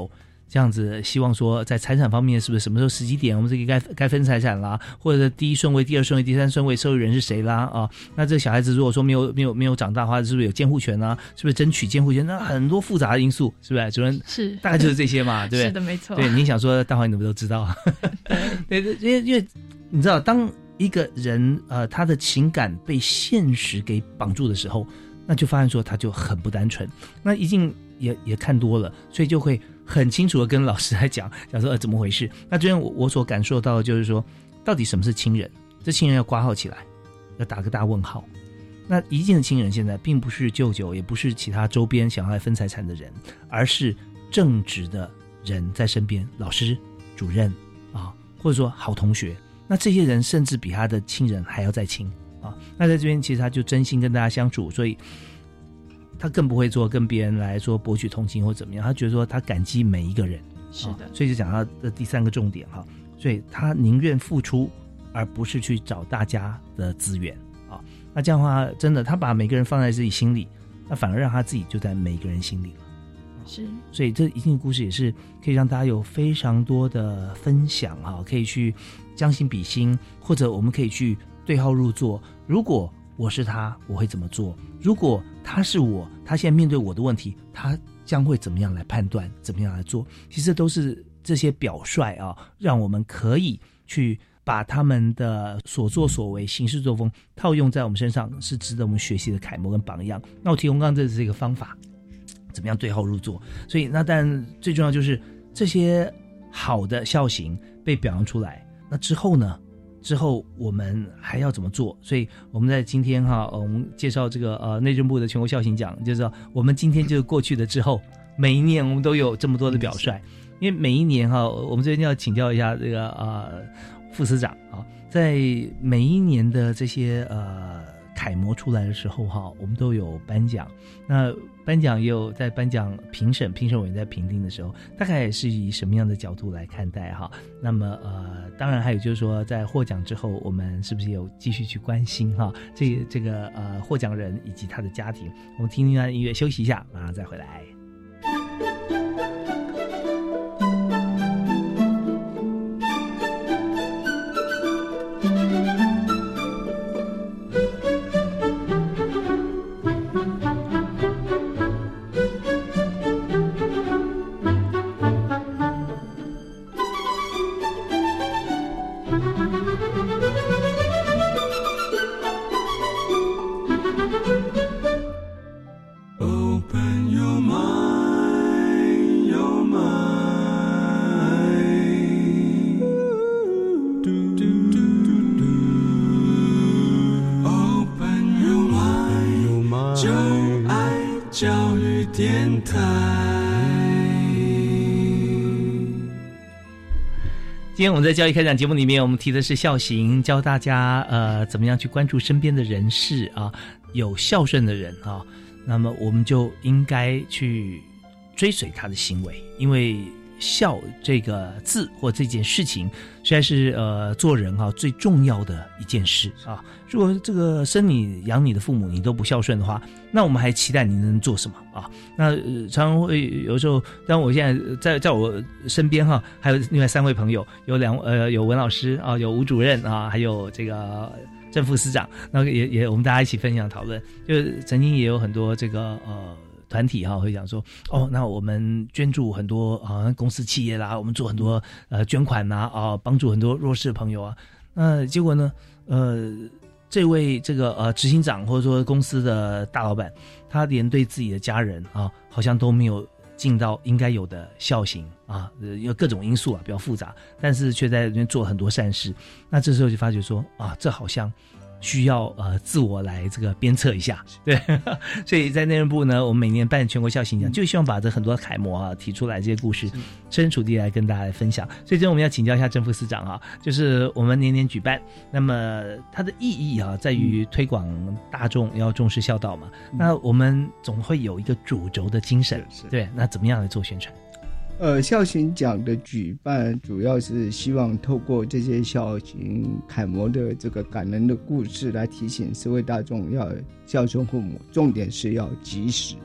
这样子希望说在财产方面是不是什么时候时机点我们这个该该分财产啦，或者第一顺位第二顺位第三顺位受益人是谁啦啊？那这个小孩子如果说没有没有没有长大的话，是不是有监护权啊？是不是争取监护权？那很多复杂的因素，是不是主任？ 是大概就是这些嘛，对不对？ 是的，没错。 对，你想说大华你怎么都知道？对对，因为因为你知道，当一个人呃他的情感被现实给绑住的时候，那就发现说他就很不单纯。那一定也也看多了，所以就会很清楚的跟老师来讲讲说呃怎么回事。那昨天我我所感受到的就是说，到底什么是亲人？这亲人要挂号起来，要打个大问号。那一定的亲人现在并不是舅舅，也不是其他周边想要来分财产的人，而是正直的人在身边，老师、主任啊，或者说好同学。那这些人甚至比他的亲人还要再亲啊。那在这边其实他就真心跟大家相处，所以他更不会做跟别人来说博取同情或怎么样，他觉得说他感激每一个人。 是的， 啊、所以就讲到的第三个重点哈，所以他宁愿付出，而不是去找大家的资源啊。那这样的话，真的他把每个人放在自己心里，那反而让他自己就在每个人心里了。 是， 所以这一定的故事也是可以让大家有非常多的分享啊，可以去将心比心，或者我们可以去对号入座。如果我是他，我会怎么做？如果他是我，他现在面对我的问题，他将会怎么样来判断，怎么样来做？其实都是这些表率啊，让我们可以去把他们的所作所为、行事作风套用在我们身上，是值得我们学习的楷模跟榜样。那我提供刚刚这是一个方法，怎么样对号入座？所以那但最重要就是这些好的孝行被表扬出来，那之后呢？之后我们还要怎么做？所以我们在今天哈，我们介绍这个呃内政部的全国孝行奖，就是说我们今天就是过去的之后，每一年我们都有这么多的表率，因为每一年哈，我们这边要请教一下这个呃副司长啊，在每一年的这些呃楷模出来的时候哈，我们都有颁奖。那颁奖也有在颁奖评审，评审委员在评定的时候，大概是以什么样的角度来看待哈？那么呃，当然还有就是说，在获奖之后，我们是不是有继续去关心哈？这这个呃获奖人以及他的家庭？我们听听他的音乐，休息一下，马上再回来。今天我们在教育开讲节目里面，我们提的是孝行，教大家呃怎么样去关注身边的人事啊，有孝顺的人啊，那么我们就应该去追随他的行为，因为孝这个字或这件事情，实在是呃做人哈、啊、最重要的一件事啊。如果这个生你养你的父母你都不孝顺的话，那我们还期待你能做什么啊？那、呃、常常会有时候，当我现在在在我身边哈、啊，还有另外三位朋友，有两呃有文老师啊，有吴主任啊，还有这个郑副司长，那也也我们大家一起分享讨论，就是曾经也有很多这个呃。团体哈、啊、会讲说哦，那我们捐助很多啊公司企业啦，我们做很多呃捐款呐啊，帮助很多弱势的朋友啊。那结果呢，呃，这位这个呃执行长或者说公司的大老板，他连对自己的家人啊，好像都没有尽到应该有的孝行啊，有各种因素啊比较复杂，但是却在那边做很多善事。那这时候就发觉说啊，这好像需要呃自我来这个鞭策一下，对，所以在内政部呢，我们每年办全国孝行奖，就希望把这很多楷模啊提出来，这些故事设身处地来跟大家来分享。所以今天我们要请教一下郑副司长啊，就是我们年年举办，那么它的意义啊，在于推广大众要重视孝道嘛。嗯、那我们总会有一个主轴的精神，对，那怎么样来做宣传？ 呃，孝行奖的举办主要是希望透过这些孝行楷模的这个感人的故事，来提醒社会大众要孝顺父母，重点是要及时。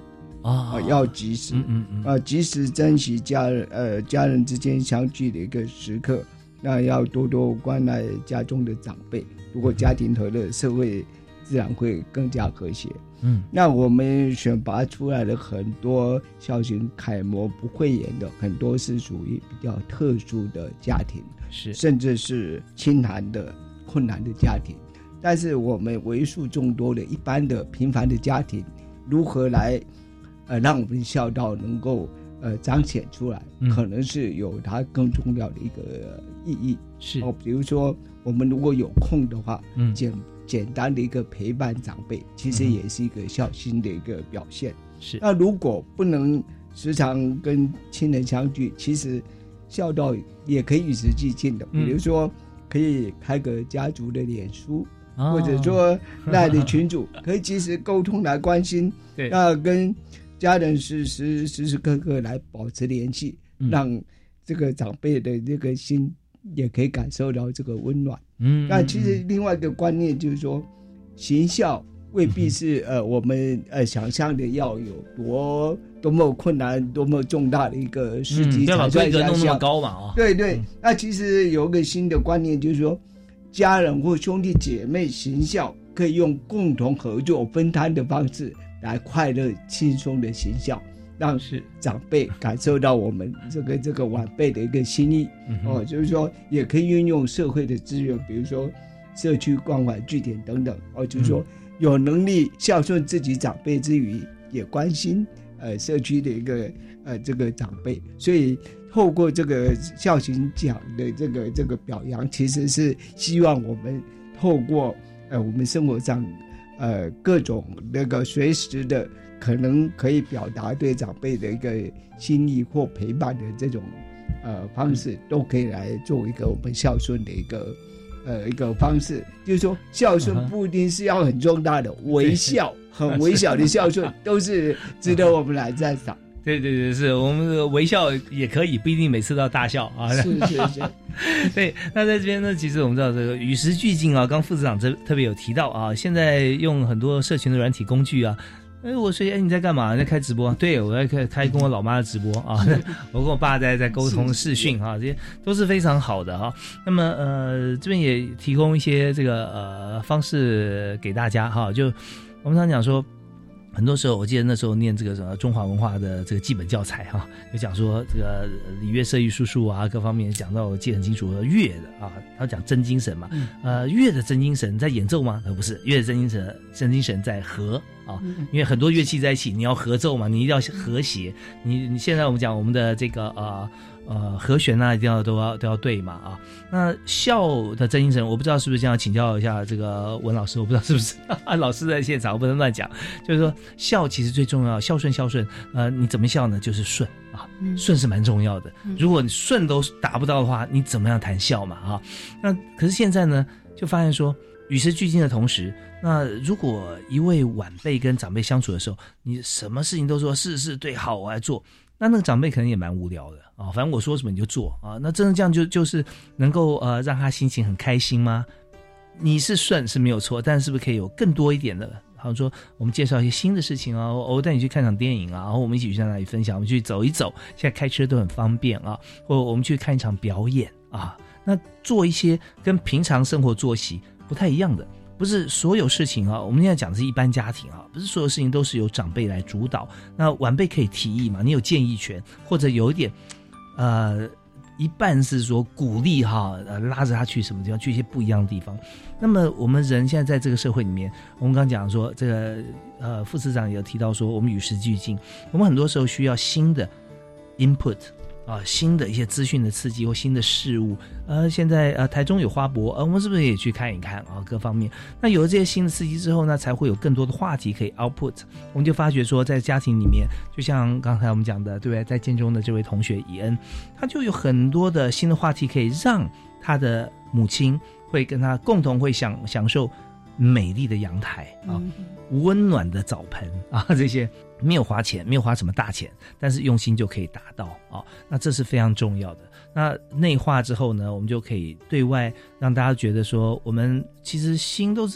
啊、呃，要及时， 嗯嗯嗯， 呃，及时珍惜家人呃家人之间相聚的一个时刻。那要多多关爱家中的长辈。如果家庭和乐，社会自然会更加和谐。 嗯， 那我们选拔出来的很多孝行楷模不讳言的，很多是属于比较特殊的家庭， 是甚至是清寒的困难的家庭。但是我们为数众多的一般的平凡的家庭，如何来呃让我们的孝道能够呃彰显出来， 嗯、 可能是有它更重要的一个意义。 是哦，比如说我们如果有空的话， 嗯， 简简单的一个陪伴长辈，其实也是一个孝心的一个表现。 是、嗯、 那如果不能时常跟亲人相聚，其实孝道也可以与时俱进的。比如说可以开个家族的脸书。 哦、 或者说赖的群组可以及时沟通来关心， 对， 那跟家人时时时时刻刻来保持联系，嗯、让这个长辈的这个心也可以感受到这个温暖。 嗯， 那其实另外一个观念就是说，行孝未必是、嗯、呃我们呃想象的要有多多么困难、多么重大的一个事迹， 不要把规格弄那么高嘛啊、哦。 对对、嗯，那其实有一个新的观念就是说。家人或兄弟姐妹行孝，可以用共同合作分摊的方式来快乐轻松的行孝，让长辈感受到我们这个这个晚辈的一个心意、嗯、哦，就是说也可以运用社会的资源，比如说社区关怀据点等等哦，就是说有能力孝顺自己长辈之余，也关心呃社区的一个呃这个长辈，所以。透过这个孝行奖的这个这个表扬，其实是希望我们透过呃我们生活上呃各种那个随时的可能可以表达对长辈的一个心意或陪伴的这种呃方式，都可以来做一个我们孝顺的一个呃一个方式。就是说孝顺不一定是要很重大的，微笑很微小的孝顺都是值得我们来赞赏。 对对对，是我们的微笑也可以，不一定每次都要大笑啊。 是是是。 对，那在这边呢，其实我们知道这个与时俱进啊，刚副市长这特别有提到啊，现在用很多社群的软体工具啊。哎，我说，哎，你在干嘛？在开直播？对，我在开开跟我老妈的直播啊，我跟我爸在在沟通视讯啊，这些都是非常好的哈、啊。那么呃，这边也提供一些这个呃方式给大家哈、啊，就我们常讲说。很多时候，我记得那时候念这个什么中华文化的这个基本教材哈、啊，就讲说这个礼乐射御书数啊，各方面讲到我记得很清楚。乐的啊，他讲真精神嘛，嗯、呃，乐的真精神在演奏吗？呃，不是，乐的真精神，真精神在和啊，因为很多乐器在一起，你要合奏嘛，你一定要和谐。你你现在我们讲我们的这个呃。呃，和弦啊，一定要都要都要对嘛啊。那孝的真精神，我不知道是不是这样，请教一下这个文老师，我不知道是不是啊，老师在现场，我不能乱讲。就是说，孝其实最重要，孝顺孝顺，呃，你怎么孝呢？就是顺啊，顺是蛮重要的。如果你顺都达不到的话，你怎么样谈孝嘛啊？那可是现在呢，就发现说，与时俱进的同时，那如果一位晚辈跟长辈相处的时候，你什么事情都说是是对，好，我来做。那那个长辈可能也蛮无聊的啊，反正我说什么你就做啊，那真的这样就就是能够呃让他心情很开心吗？你是顺是没有错，但是不是可以有更多一点的？好像说我们介绍一些新的事情啊，我带你去看场电影啊，然后我们一起去在那里分享，我们去走一走，现在开车都很方便啊，或者我们去看一场表演啊，那做一些跟平常生活作息不太一样的。不是所有事情啊，我们现在讲的是一般家庭啊，不是所有事情都是由长辈来主导。那晚辈可以提议嘛，你有建议权，或者有一点，呃，一半是说鼓励哈，呃，拉着他去什么地方，去一些不一样的地方。那么我们人现在在这个社会里面，我们刚刚讲说，这个呃副市长也有提到说，我们与时俱进，我们很多时候需要新的 input。啊，新的一些资讯的刺激或新的事物，呃，现在呃台中有花博，呃，我们是不是也去看一看啊？各方面，那有了这些新的刺激之后呢，才会有更多的话题可以 output。我们就发觉说，在家庭里面，就像刚才我们讲的，对不对？在建中的这位同学以恩，他就有很多的新的话题可以让他的母亲会跟他共同会享享受美丽的阳台啊，温暖的澡盆啊，这些。没有花钱，没有花什么大钱，但是用心就可以达到啊、哦，那这是非常重要的。那内化之后呢，我们就可以对外让大家觉得说，我们其实心都是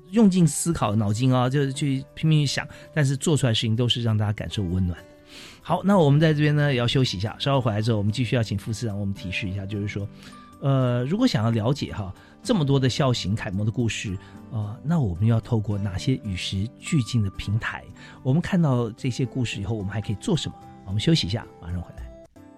用尽思考脑筋啊，就是去拼命去想，但是做出来的事情都是让大家感受温暖的。好，那我们在这边呢也要休息一下，稍后回来之后我们继续要请副司长我们提示一下，就是说呃，如果想要了解哈这么多的孝行楷模的故事，呃，那我们要透过哪些与时俱进的平台？我们看到这些故事以后，我们还可以做什么？我们休息一下，马上回来。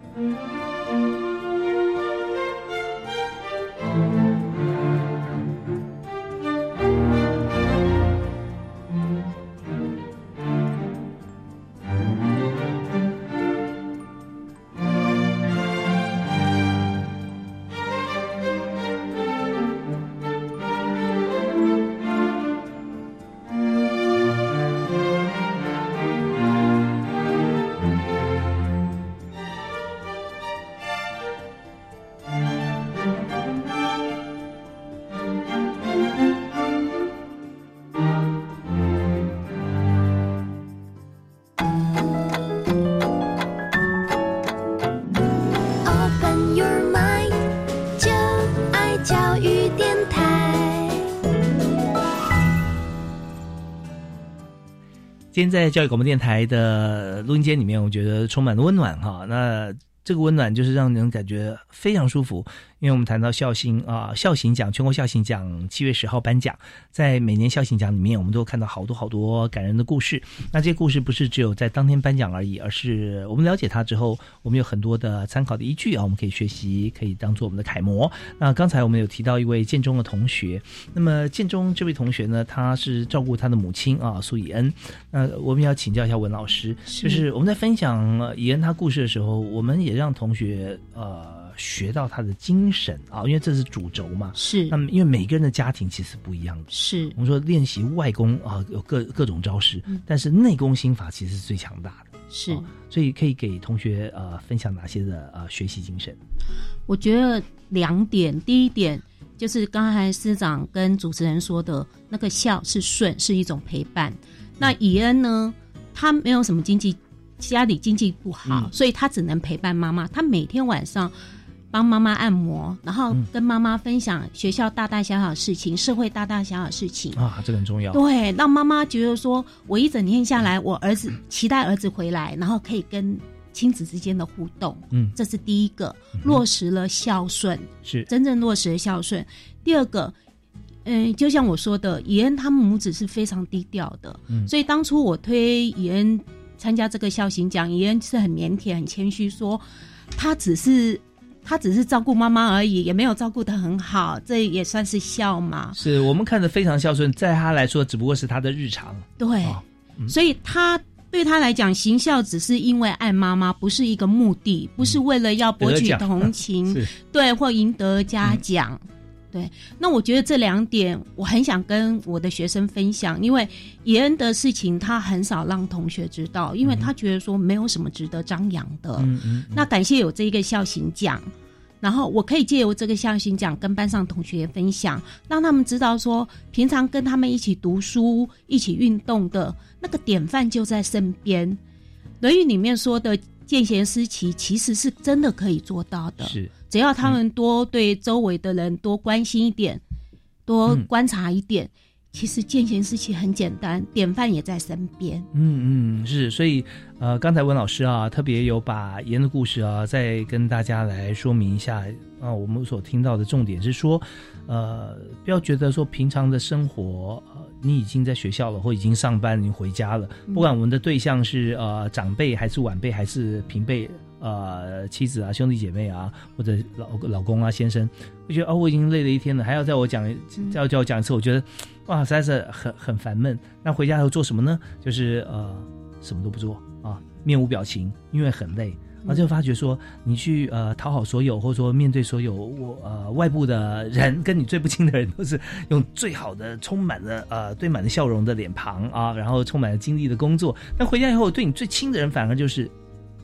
今天在教育广播电台的录音间里面，我觉得充满了温暖哈。那这个温暖就是让人感觉非常舒服，因为我们谈到孝行啊，孝行奖全国孝行奖七月十号颁奖，在每年孝行奖里面，我们都看到好多好多感人的故事。那这些故事不是只有在当天颁奖而已，而是我们了解它之后，我们有很多的参考的依据啊，我们可以学习，可以当做我们的楷模。那刚才我们有提到一位建中的同学，那么建中这位同学呢，他是照顾他的母亲啊苏以恩。那我们要请教一下文老师，就是我们在分享、呃、以恩他故事的时候，我们也让同学呃学到他的精神啊，因为这是主轴嘛。 是。 那么因为每个人的家庭其实不一样的。 是。 我们说练习外功啊，有各各种招式、嗯，但是内功心法其实是最强大的。 是。 啊、所以可以给同学呃分享哪些的呃学习精神？ 我觉得两点，第一点就是刚才司长跟主持人说的那个孝是顺，是一种陪伴。那以恩呢，他没有什么经济，家里经济不好、嗯、所以他只能陪伴妈妈。他每天晚上帮妈妈按摩，然后跟妈妈分享学校大大小小的事情，社会大大小小的事情啊，这个很重要。 对，让妈妈觉得说我一整天下来，我儿子期待儿子回来，然后可以跟亲子之间的互动，嗯，这是第一个，落实了孝顺，是真正落实了孝顺。第二个，嗯，就像我说的，以恩他们母子是非常低调的，嗯，所以当初我推以恩参加这个孝行奖，以恩是很腼腆、很谦虚，说他只是他只是照顾妈妈而已，也没有照顾得很好，这也算是孝嘛？是我们看得非常孝顺，在他来说，只不过是他的日常。 对，哦嗯、所以他。对他来讲，行孝只是因为爱妈妈，不是一个目的，不是为了要博取同情，对，或赢得嘉奖、嗯。对，那我觉得这两点我很想跟我的学生分享，因为以恩的事情他很少让同学知道，因为他觉得说没有什么值得张扬的。嗯嗯嗯、那感谢有这一个孝行奖，然后我可以借由这个孝行奖跟班上同学分享，让他们知道说，平常跟他们一起读书、一起运动的那个典范就在身边。《论语》里面说的见贤思齐，其实是真的可以做到的。是，只要他们多对周围的人多关心一点，嗯、多观察一点。其实见贤思齐很简单，典范也在身边。 嗯嗯，是，所以呃，刚才文老师啊，特别有把以恩的故事啊，再跟大家来说明一下啊。我们所听到的重点是说，呃，不要觉得说平常的生活，呃，你已经在学校了，或已经上班，已经回家了，不管我们的对象是呃长辈还是晚辈还是平辈。呃，妻子啊，兄弟姐妹啊，或者老老公啊，先生，我觉得哦，我已经累了一天了，还要叫我讲，要叫我讲一次，我觉得哇，实在是很很烦闷。那回家后做什么呢？就是呃，什么都不做啊，面无表情，因为很累。然后就发觉说，你去呃讨好所有，或者说面对所有我呃外部的人，跟你最不亲的人，都是用最好的、充满了呃堆满了笑容的脸庞啊，然后充满了精力的工作。但回家以后，对你最亲的人，反而就是。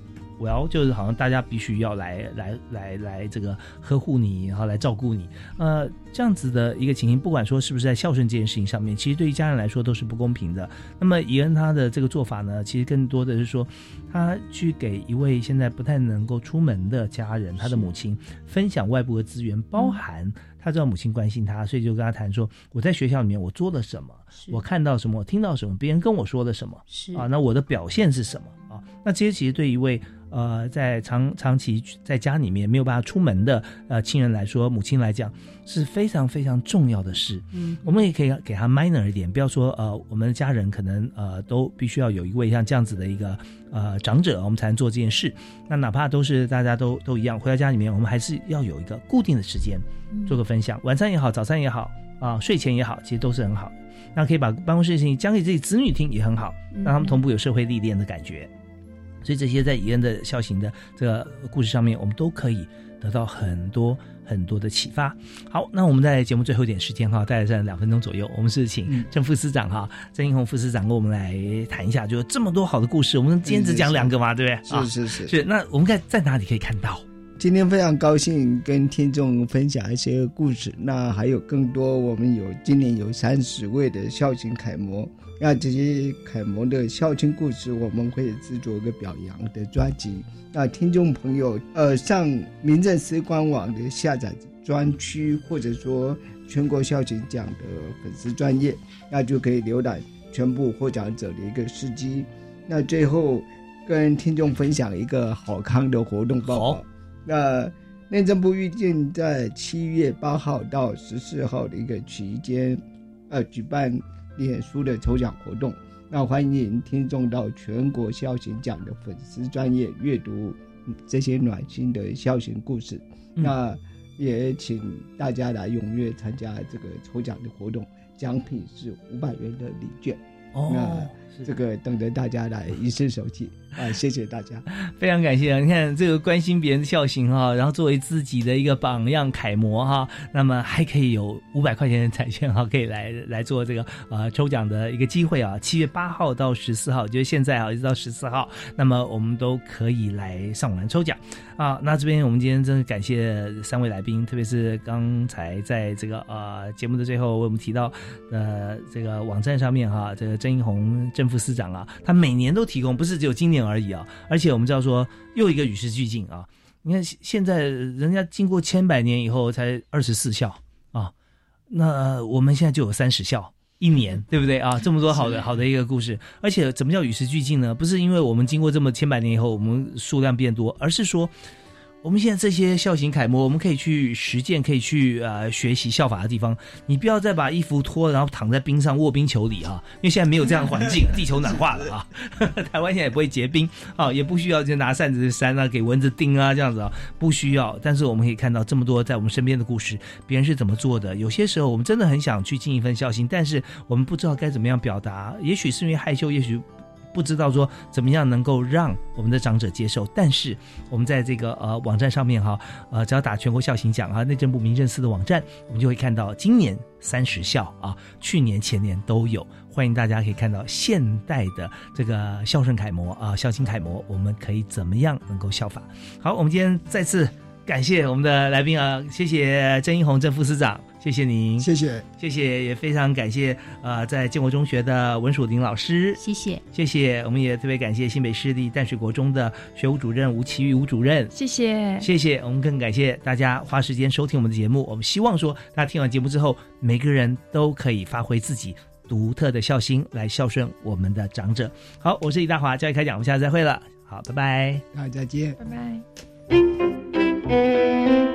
我要就是好像大家必须要来来来来这个呵护你，然后来照顾你，呃，这样子的一个情形，不管说是不是在孝顺这件事情上面，其实对于家人来说都是不公平的。那么宜恩他的这个做法呢，其实更多的是说，他去给一位现在不太能够出门的家人，他的母亲分享外部的资源，包含他知道母亲关心他，所以就跟他谈说，我在学校里面我做了什么，我看到什么，我听到什么，别人跟我说了什么，是啊，那我的表现是什么啊？那这些其实对一位呃在长长期在家里面没有办法出门的呃亲人来说，母亲来讲是非常非常重要的事。嗯，我们也可以给他 minor 一点，不要说呃我们的家人可能呃都必须要有一位像这样子的一个呃长者，我们才能做这件事。那哪怕都是大家都都一样，回到家里面，我们还是要有一个固定的时间做个分享，晚餐也好，早餐也好啊，睡前也好，其实都是很好的。那可以把办公室的事情讲给自己子女听也很好，让他们同步有社会历练的感觉。所以这些在宜恩的孝行的这个故事上面，我们都可以得到很多很多的启发。好，那我们在节目最后一点时间哈，大概在两分钟左右，我们是请郑副司长哈，郑英宏副司长跟我们来谈一下，就这么多好的故事，我们今天只讲两个嘛，对不对？ 是是是、啊、 是。那我们在在哪里可以看到？ 今天非常高兴跟听众分享一些故事，那还有更多，我们有今年有三十位的孝行楷模，那这些楷模的孝亲故事，我们会制作一个表扬的专辑。那听众朋友，呃，上民政司官网的下载专区，或者说全国孝行奖的粉丝专页，那就可以浏览全部获奖者的一个事迹。那最后跟听众分享一个好康的活动报告。那内政部预定在七月八号到十四号的一个期间，呃，举办脸书的抽奖活动。那欢迎听众到全国孝行奖的粉丝专页阅读这些暖心的孝行故事。嗯、那也请大家来踊跃参加这个抽奖的活动，奖品是五百元的礼券。哦，那这个等着大家来一试手气啊！谢谢大家， 非常感谢啊！你看这个关心别人的孝行哈，然后作为自己的一个榜样楷模哈，那么还可以有五百块钱的彩券哈，可以来来做这个呃抽奖的一个机会啊！七月八号到十四号，就是现在啊，一直到十四号，那么我们都可以来上网抽奖啊！那这边我们今天真的感谢三位来宾，特别是刚才在这个呃节目的最后为我们提到呃这个网站上面哈，这个郑英宏郑副司长啊，他每年都提供，不是只有今年而已啊！而且我们知道说，又一个与时俱进啊！你看现在人家经过千百年以后才二十四孝啊，那我们现在就有三十孝一年，对不对啊？这么多好的好的一个故事，而且怎么叫与时俱进呢？不是因为我们经过这么千百年以后，我们数量变多，而是说，我们现在这些孝行楷模，我们可以去实践，可以去呃学习效法的地方。你不要再把衣服脱，然后躺在冰上卧冰求鲤啊，因为现在没有这样的环境，地球暖化了啊，台湾现在也不会结冰啊，也不需要就拿扇子扇啊，给蚊子叮啊这样子啊，不需要。但是我们可以看到这么多在我们身边的故事，别人是怎么做的。有些时候我们真的很想去尽一份孝心，但是我们不知道该怎么样表达，也许是因为害羞，也许不知道说怎么样能够让我们的长者接受。但是我们在这个呃网站上面哈，呃只要打全国孝行奖啊，内政部民政司的网站，我们就会看到今年三十孝啊，去年前年都有。欢迎大家可以看到现代的这个孝顺楷模啊，孝心楷模，我们可以怎么样能够效法。好，我们今天再次感谢我们的来宾啊，谢谢郑英宏郑副司长，谢谢您， 谢谢谢谢，也非常感谢呃在建国中学的文曙林老师， 谢谢谢谢，我们也特别感谢新北市立淡水国中的学务主任吴奇玉吴主任， 谢谢谢谢，我们更感谢大家花时间收听我们的节目。我们希望说大家听完节目之后，每个人都可以发挥自己独特的孝心来孝顺我们的长者。好，我是李大华，教育开讲，我们下次再会了。好，拜拜， 大家再见， 拜拜。